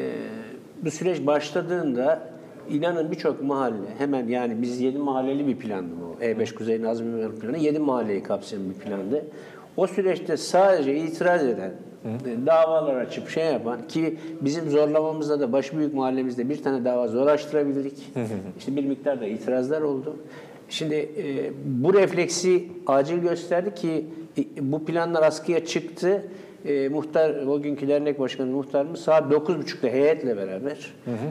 Bu süreç başladığında inanın birçok mahalle hemen yani biz 7 mahalleli bir plandı bu. E5 Kuzey Nazım Hikmet planı 7 mahalleyi kapsayan bir plandı. O süreçte sadece itiraz eden, davalar açıp şey yapan ki bizim zorlamamızda da Başbüyük mahallemizde bir tane dava zor açtırabildik. İşte bir miktar da itirazlar oldu. Şimdi bu refleksi acil gösterdi ki bu planlar askıya çıktı. Muhtar, o günkü dernek başkanı muhtarımız saat 9.30'da heyetle beraber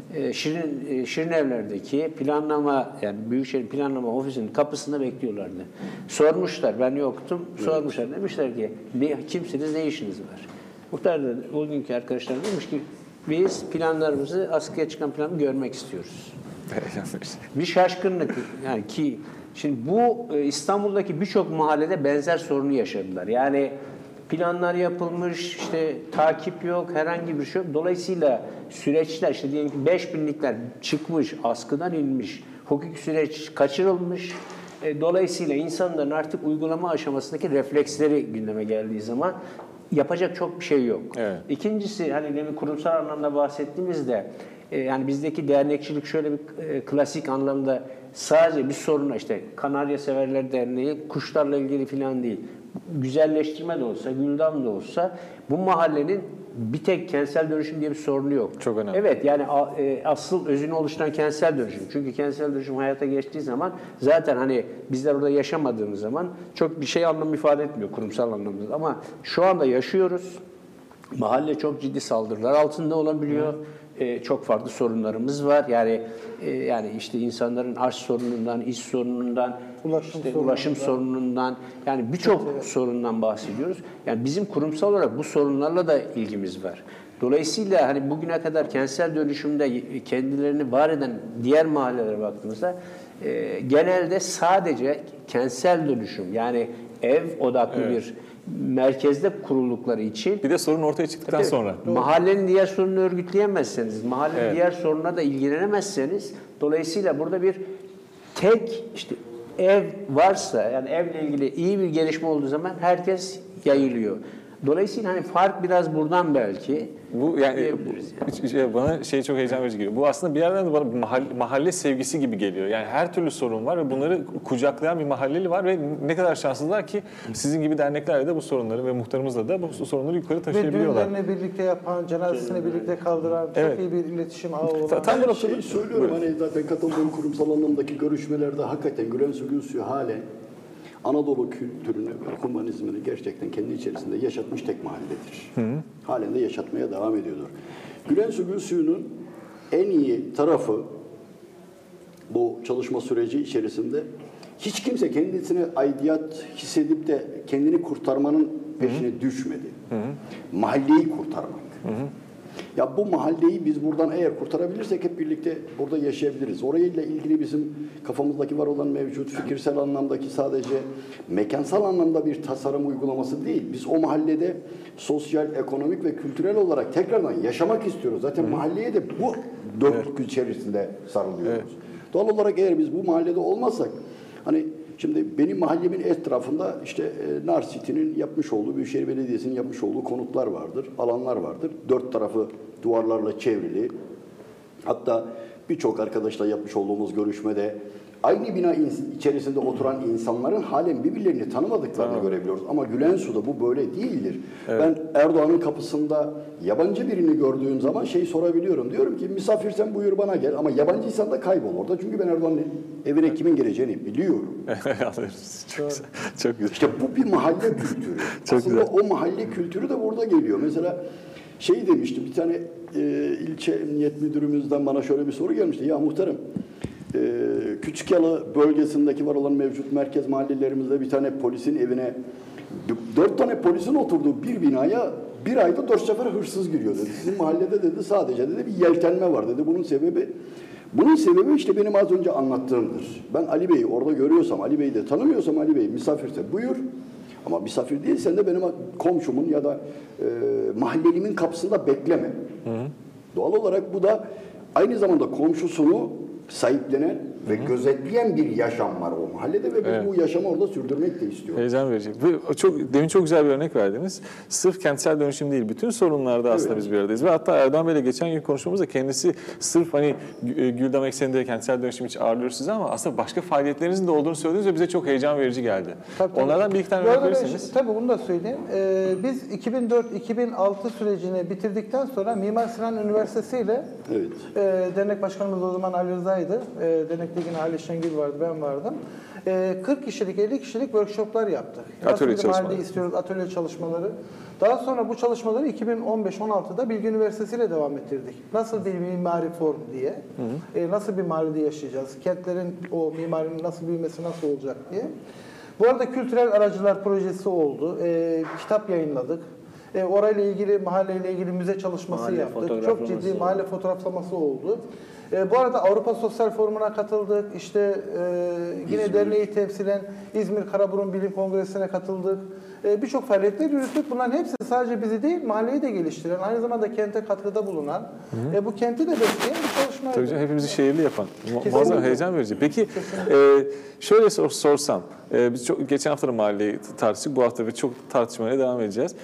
Şirinevler'deki planlama yani Büyükşehir Planlama Ofisi'nin kapısında bekliyorlardı. Sormuşlar, ben yoktum. Sormuşlar, demişler ki kimsiniz, ne işiniz var? Muhtar da o günkü arkadaşlar demiş ki biz planlarımızı, askıya çıkan planı görmek istiyoruz. Bir şaşkınlık yani ki şimdi bu İstanbul'daki birçok mahallede benzer sorunu yaşadılar. Yani planlar yapılmış, işte takip yok, herhangi bir şey yok. Dolayısıyla süreçler, işte diyelim ki 5000'likler çıkmış, askıdan inmiş, hukuki süreç kaçırılmış. Dolayısıyla insanların artık uygulama aşamasındaki refleksleri gündeme geldiği zaman yapacak çok bir şey yok. Evet. İkincisi, hani demin kurumsal anlamda bahsettiğimizde, yani bizdeki dernekçilik şöyle bir klasik anlamda sadece bir soruna, işte Kanarya Severler Derneği kuşlarla ilgili falan değil. Güzelleştirme de olsa, güldam da olsa bu mahallenin bir tek kentsel dönüşüm diye bir sorunu yok. Çok önemli. Evet yani asıl özünü oluşturan kentsel dönüşüm. Çünkü kentsel dönüşüm hayata geçtiği zaman zaten hani bizler orada yaşamadığımız zaman çok bir şey anlam ifade etmiyor kurumsal anlamda. Ama şu anda yaşıyoruz. Mahalle çok ciddi saldırılar altında olabiliyor. Çok farklı sorunlarımız var. Yani işte insanların aş sorunundan, iş sorunundan, ulaşım sorunundan yani birçok sorundan bahsediyoruz. Yani bizim kurumsal olarak bu sorunlarla da ilgimiz var. Dolayısıyla hani bugüne kadar kentsel dönüşümde kendilerini var eden diğer mahallelere baktığımızda genelde sadece kentsel dönüşüm yani ev odaklı bir merkezde kuruldukları için Bir de sorun ortaya çıktıktan sonra. mahallenin diğer sorununu örgütleyemezseniz, mahallenin diğer sorununa da ilgilenemezseniz dolayısıyla burada bir tek işte ev varsa yani evle ilgili iyi bir gelişme olduğu zaman herkes yayılıyor. Dolayısıyla hani fark biraz buradan belki. Bu yani diyebiliriz bana çok heyecan verici geliyor. Bu aslında bir yerden de bana mahalle sevgisi gibi geliyor. Yani her türlü sorun var ve bunları kucaklayan bir mahalleli var ve ne kadar şanslılar ki sizin gibi derneklerle de bu sorunları ve muhtarımızla da bu sorunları yukarı Ve taşıyabiliyorlar. düğünlerini birlikte yapan, cenazesini birlikte kaldıran, Evet. çok iyi bir iletişim ağı olan. Tam bu noktada Söylüyorum hani zaten katıldığım kurumsal anlamdaki görüşmelerde hakikaten Gülensu Gülsu'yu halen Anadolu kültürünü ve humanizmini gerçekten kendi içerisinde yaşatmış tek mahalledir. Halen de yaşatmaya devam ediyordur. Gülensu Gülsu'nun en iyi tarafı bu çalışma süreci içerisinde hiç kimse kendisine aidiyet hissedip de kendini kurtarmanın peşine düşmedi. Mahalleyi kurtarmak. Ya bu mahalleyi biz buradan eğer kurtarabilirsek hep birlikte burada yaşayabiliriz. Orayla ilgili bizim kafamızdaki var olan mevcut fikirsel anlamdaki sadece mekansal anlamda bir tasarım uygulaması değil. Biz o mahallede sosyal, ekonomik ve kültürel olarak tekrardan yaşamak istiyoruz. Zaten mahalleye de bu dörtlük içerisinde sarılıyoruz. Evet. Doğal olarak eğer biz bu mahallede olmazsak hani şimdi benim mahallemin etrafında işte Nar City'nin yapmış olduğu, Büyükşehir Belediyesi'nin yapmış olduğu konutlar vardır, alanlar vardır. Dört tarafı duvarlarla çevrili. Hatta birçok arkadaşla yapmış olduğumuz görüşmede aynı bina içerisinde oturan insanların halen birbirlerini tanımadıklarını görebiliyoruz. Ama Gülensu'da bu böyle değildir. Evet. Ben Erdoğan'ın kapısında yabancı birini gördüğüm zaman sorabiliyorum. Diyorum ki misafirsen buyur bana gel ama yabancıysan da kaybol orada. Çünkü ben Erdoğan'ın evine kimin geleceğini biliyorum. Anlıyoruz. Çok güzel. Çok güzel. İşte bu bir mahalle kültürü. Çok Aslında güzel. o mahalle kültürü de burada geliyor. Mesela demişti bir tane ilçe emniyet müdürümüzden bana şöyle bir soru gelmişti. Ya muhtarım Küçükyalı bölgesindeki var olan mevcut merkez mahallelerimizde bir tane polisin evine 4 tane polisin oturduğu bir binaya bir ayda 4 sefer hırsız giriyor dedi. Sizin mahallede dedi sadece dedi bir yeltenme var dedi. Bunun sebebi işte benim az önce anlattığımdır. Ben Ali Bey'i orada görüyorsam, Ali Bey'i de tanımıyorsam Ali Bey misafirse buyur. Ama misafir değilsen de benim komşumun ya da mahallelimin kapısında bekleme. Doğal olarak bu da aynı zamanda komşusunu sahiplenen ve gözetleyen bir yaşam var o mahallede ve biz bu yaşamı orada sürdürmek de istiyoruz. Heyecan verici. Demin çok güzel bir örnek verdiniz. Sırf kentsel dönüşüm değil, bütün sorunlarda aslında biz bir aradayız. Ve hatta Erdoğan Bey'le geçen gün konuşmamızda kendisi sırf hani Güldam ekseninde kentsel dönüşüm için ağırlıyor sizi ama aslında başka faaliyetlerinizin de olduğunu söylediniz ve bize çok heyecan verici geldi. Tabii. Onlardan bir iki tane örnek verirseniz. Tabii bunu da söyleyeyim. Biz 2004-2006 sürecini bitirdikten sonra Mimar Sinan Üniversitesi ile dernek başkanımız o zaman Ali Rıza'ydı. Dernekte yine Ali Şengül vardı, ben vardım. 40 kişilik, 50 kişilik workshoplar yaptık. Atölye Nasıl bir mahalle istiyoruz, atölye çalışmaları. Daha sonra bu çalışmaları 2015-16'da Bilgi Üniversitesi ile devam ettirdik. Nasıl bir mimari form diye, nasıl bir mahallede yaşayacağız, kentlerin o mimarinin nasıl büyümesi nasıl olacak diye. Bu arada kültürel aracılar projesi oldu. Kitap yayınladık. Orayla ilgili, mahalleyle ilgili müze çalışması yaptık. Çok ciddi mahalle fotoğraflaması oldu. Bu arada Avrupa Sosyal Forumu'na katıldık. İşte yine derneği temsilen İzmir Karaburun Bilim Kongresi'ne katıldık. Birçok faaliyetler yürüttük. Bunların hepsi sadece bizi değil, mahalleyi de geliştiren, aynı zamanda kente katkıda bulunan, bu kenti de besleyen bir çalışmaydı. Tabii canım, hepimizi şehirli yapan. Muazzam heyecan verici. Peki şöyle sorsam, biz geçen hafta da mahalleyi tartıştık, bu hafta ve çok tartışmaya devam edeceğiz.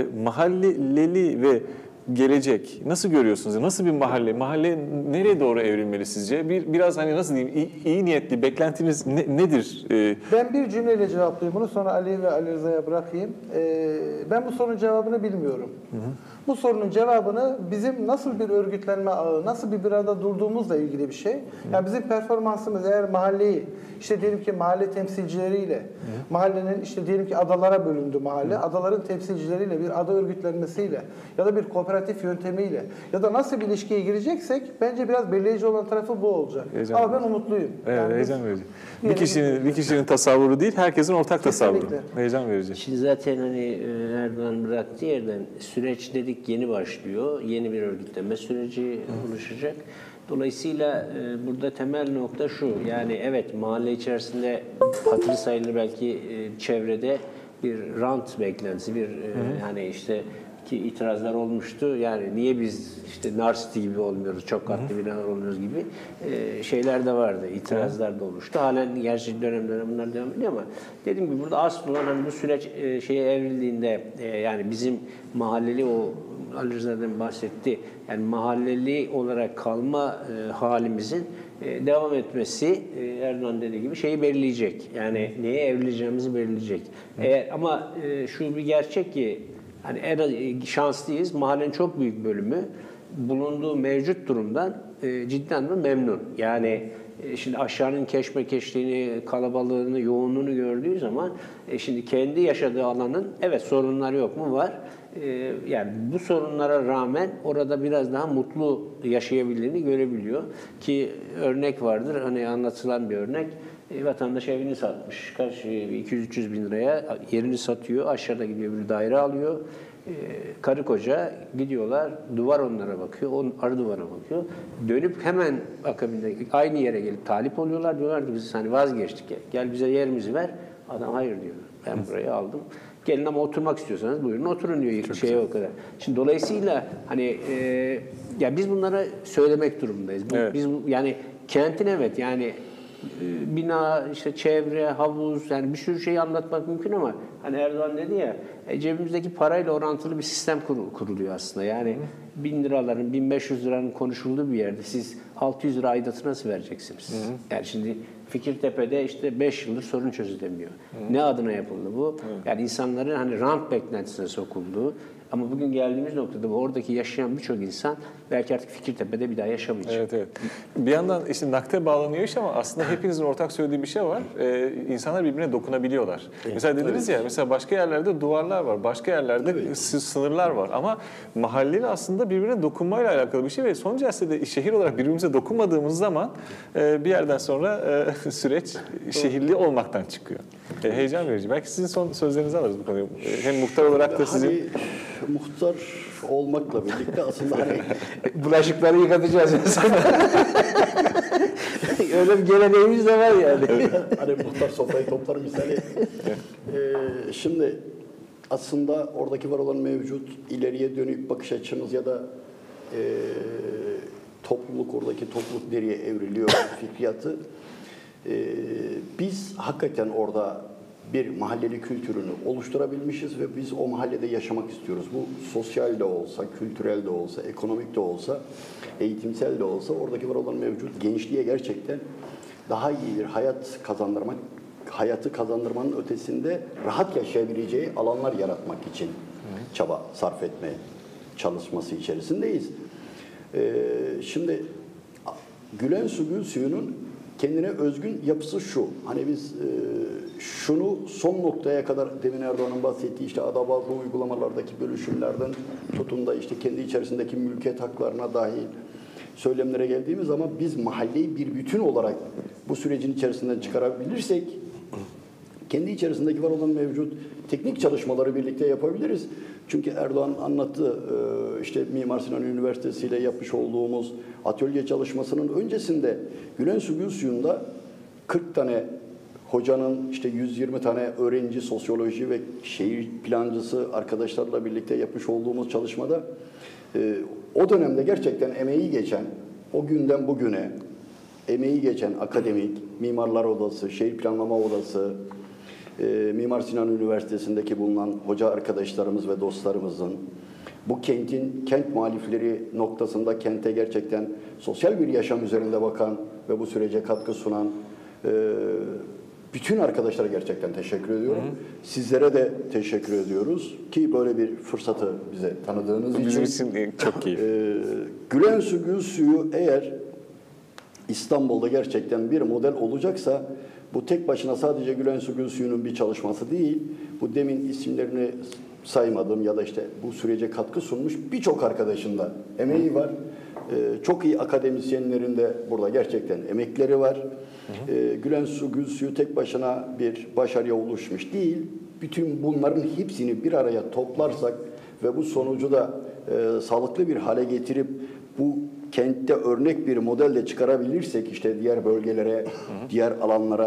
Mahalleli ve gelecek nasıl görüyorsunuz? Nasıl bir mahalle? Mahalle nereye doğru evrilmeli sizce? Biraz hani nasıl diyeyim, iyi niyetli, beklentiniz nedir? Ben bir cümleyle cevaplayayım bunu, sonra Ali ve Ali Rıza'ya bırakayım. Ben bu sorunun cevabını bilmiyorum. Bu sorunun cevabını bizim nasıl bir örgütlenme ağı, nasıl bir arada durduğumuzla ilgili bir şey. Yani bizim performansımız eğer mahalleyi, işte diyelim ki mahalle temsilcileriyle, mahallenin işte diyelim ki adalara bölündü mahalle, adaların temsilcileriyle bir ada örgütlenmesiyle ya da bir kooperatif yöntemiyle ya da nasıl bir ilişkiye gireceksek bence biraz belirleyici olan tarafı bu olacak. Heyecan ama ben umutluyum. Evet, yani heyecan verici. Bir kişinin tasavvuru değil, herkesin ortak tasavvuru. Heyecan verici. Şimdi zaten hani Erdoğan bıraktığı yerden süreç dedik yeni başlıyor. Yeni bir örgütlenme süreci oluşacak. Dolayısıyla burada temel nokta şu. Yani evet, mahalle içerisinde hatırı sayılır belki çevrede bir rant beklentisi, bir yani işte ki itirazlar olmuştu. Yani niye biz işte Nar City gibi olmuyoruz, çok katlı binalar olmuyoruz gibi şeyler de vardı, itirazlar da oluştu. Halen gerçi dönem bunlar devam ediyor ama dediğim gibi burada asıl olan hani bu süreç şeye evrildiğinde yani bizim mahalleli o Ali Rıza'dan bahsetti. Yani mahalleli olarak kalma halimizin devam etmesi Erdoğan dediği gibi şeyi belirleyecek. Yani neye evrileceğimizi belirleyecek. Ama şu bir gerçek ki hani şanslıyız. Mahallenin çok büyük bölümü bulunduğu mevcut durumdan cidden memnun. Yani şimdi aşağının keşmekeşliğini, kalabalığını, yoğunluğunu gördüğü zaman şimdi kendi yaşadığı alanın evet sorunları yok mu? Var. Yani bu sorunlara rağmen orada biraz daha mutlu yaşayabildiğini görebiliyor. Ki örnek vardır, hani anlatılan bir örnek. Vatandaş evini satmış. 200-300 bin liraya yerini satıyor. Aşağıda gidiyor bir daire alıyor. Karı koca gidiyorlar. Duvar onlara bakıyor. Arı duvara bakıyor. Dönüp hemen akabinde aynı yere gelip talip oluyorlar. Diyorlar ki biz hani vazgeçtik. Gel bize yerimizi ver. Adam hayır diyor. Ben burayı aldım. Gelin ama oturmak istiyorsanız buyurun oturun diyor şeye o kadar. Şimdi dolayısıyla hani ya biz bunları söylemek durumundayız. Evet. Biz yani kentin evet yani bina, işte çevre, havuz yani bir sürü şeyi anlatmak mümkün ama hani Erdoğan dedi ya cebimizdeki parayla orantılı bir sistem kuruluyor aslında. Yani 1000 liraların, 1500 liranın konuşulduğu bir yerde siz 600 lira aidatı nasıl vereceksiniz? Yani şimdi Fikirtepe'de işte 5 yıldır sorun çözülemiyor. Ne adına yapıldı bu? Yani insanların hani rant beklentisine sokulduğu ama bugün geldiğimiz noktada oradaki yaşayan birçok insan belki artık Fikirtepe'de bir daha yaşamayacak. Evet, evet. Bir yandan işte nakde bağlanıyor iş ama aslında hepinizin ortak söylediği bir şey var. İnsanlar birbirine dokunabiliyorlar. Mesela dediniz ya, mesela başka yerlerde duvarlar var, başka yerlerde sınırlar var ama mahallenin aslında birbirine dokunmayla alakalı bir şey ve son celsede şehir olarak birbirimize dokunmadığımız zaman bir yerden sonra süreç şehirli olmaktan çıkıyor. Heyecan verici. Belki sizin son sözlerinizi alırız bu konuyu. Hem muhtar olarak da sizin... Hani muhtar olmakla birlikte aslında hani bulaşıkları yıkatacağız. Öyle bir geleneğimiz de var yani. hani muhtar sofrayı toplar misali. Şimdi aslında oradaki var olan mevcut ileriye dönük bakış açımız ya da oradaki topluluk nereye evriliyor fikriyatı. Biz hakikaten orada bir mahalleli kültürünü oluşturabilmişiz ve biz o mahallede yaşamak istiyoruz. Bu sosyal de olsa, kültürel de olsa, ekonomik de olsa, eğitimsel de olsa oradaki var olan mevcut gençliğe gerçekten daha iyi bir hayatı kazandırmanın ötesinde rahat yaşayabileceği alanlar yaratmak için çaba sarf etme çalışması içerisindeyiz. Şimdi Gülen Su Gül Suyu'nun kendine özgün yapısı şu. Hani biz şunu son noktaya kadar demin Erdoğan'ın bahsettiği işte ada bazlı uygulamalardaki bölüşümlerden tutun da işte kendi içerisindeki mülkiyet haklarına dahil söylemlere geldiğimiz zaman biz mahalleyi bir bütün olarak bu sürecin içerisinden çıkarabilirsek kendi içerisindeki var olan mevcut teknik çalışmaları birlikte yapabiliriz. Çünkü Erdoğan anlattı işte Mimar Sinan Üniversitesi ile yapmış olduğumuz atölye çalışmasının öncesinde Gülen Su Gül Suyu'nda 40 tane hocanın işte 120 tane öğrenci, sosyoloji ve şehir plancısı arkadaşlarla birlikte yapmış olduğumuz çalışmada o dönemde gerçekten emeği geçen, o günden bugüne emeği geçen akademik, Mimarlar Odası, Şehir Planlama Odası, Mimar Sinan Üniversitesi'ndeki bulunan hoca arkadaşlarımız ve dostlarımızın bu kentin kent muhalifleri noktasında kente gerçekten sosyal bir yaşam üzerinde bakan ve bu sürece katkı sunan bütün arkadaşlara gerçekten teşekkür ediyorum. Sizlere de teşekkür ediyoruz ki böyle bir fırsatı bize tanıdığınız için. Bizim için çok keyif. Gülen Su Gül Suyu eğer İstanbul'da gerçekten bir model olacaksa bu tek başına sadece Gülen Su Gül Suyu'nun bir çalışması değil. Bu demin isimlerini saymadığım ya da işte bu sürece katkı sunmuş birçok arkadaşın da emeği var. Çok iyi akademisyenlerin de burada gerçekten emekleri var. Gülen Su Gül Suyu tek başına bir başarıya ulaşmış değil. Bütün bunların hepsini bir araya toplarsak ve bu sonucu da sağlıklı bir hale getirip bu kentte örnek bir modelle çıkarabilirsek işte diğer bölgelere, diğer alanlara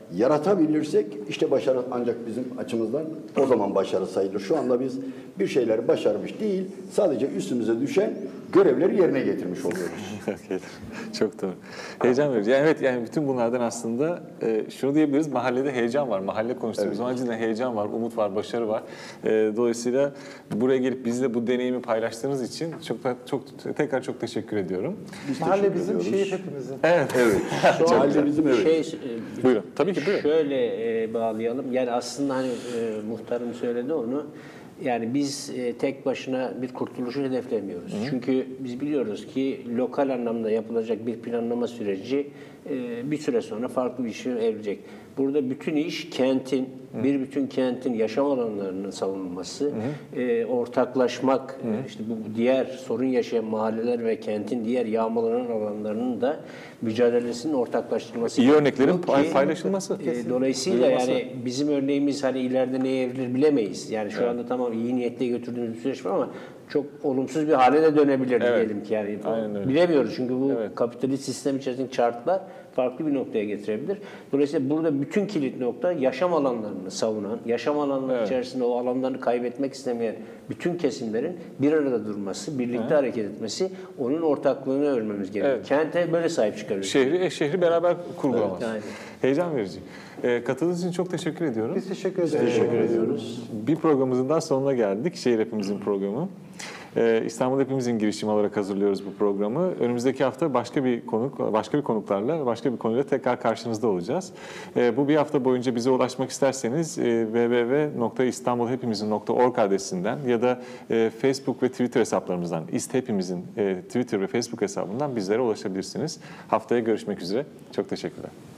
yaratabilirsek işte başarı ancak bizim açımızdan o zaman başarı sayılır. Şu anda biz bir şeyleri başarmış değil, sadece üstümüze düşen görevleri yerine getirmiş oluyoruz. Çok doğru. Heyecan verici. Yani evet, yani bütün bunlardan aslında şunu diyebiliriz: mahallede heyecan var. Mahalle konuştuğumuz zaman cidden heyecan var, umut var, başarı var. Dolayısıyla buraya gelip bizle bu deneyimi paylaştığınız için tekrar çok teşekkür ediyorum. Mahalle bizim, şehir hepimizin. Evet. Mahalle bizim evet. Buyurun. Tabii ki buyurun. Şöyle bağlayalım. Yani aslında hani muhtarım söyledi onu. Yani biz tek başına bir kurtuluşu hedeflemiyoruz. Çünkü biz biliyoruz ki lokal anlamda yapılacak bir planlama süreci bir süre sonra farklı bir işe evrilecek. Burada bütün iş kentin, bir bütün kentin yaşam alanlarının savunulması, ortaklaşmak, işte bu diğer sorun yaşayan mahalleler ve kentin diğer yağmalanan alanlarının da mücadelesinin ortaklaştırılması. İyi örneklerin Ki, paylaşılması. Dolayısıyla Duyulması. yani bizim örneğimiz hani ileride neye evrilir bilemeyiz. Yani şu anda tamam iyi niyetle götürdüğümüz bir süreç var ama çok olumsuz bir hale de dönebilir diyelim ki yani. Aynen öyle. Bilemiyoruz çünkü bu kapitalist sistem içerisindeki şartlar farklı bir noktaya getirebilir. Dolayısıyla burada bütün kilit nokta yaşam alanlarını savunan, yaşam alanları içerisinde o alanlarını kaybetmek istemeyen bütün kesimlerin bir arada durması, birlikte hareket etmesi, onun ortaklığını örmemiz gerekiyor. Kente böyle sahip çıkabiliriz. Şehri beraber kurgulamak. Evet, aynen. Heyecan verici. Katıldığınız için çok teşekkür ediyorum. Biz teşekkür ederiz. Teşekkür ediyoruz. Bir programımızın daha sonuna geldik. Şehir Hepimizin programı. İstanbul Hepimizin girişimi olarak hazırlıyoruz bu programı. Önümüzdeki hafta başka bir konuklarla, başka bir konuyla tekrar karşınızda olacağız. Bu bir hafta boyunca bize ulaşmak isterseniz www.istanbulhepimizin.org adresinden ya da Facebook ve Twitter hesaplarımızdan, İST-Hepimizin Twitter ve Facebook hesabından bizlere ulaşabilirsiniz. Haftaya görüşmek üzere. Çok teşekkürler.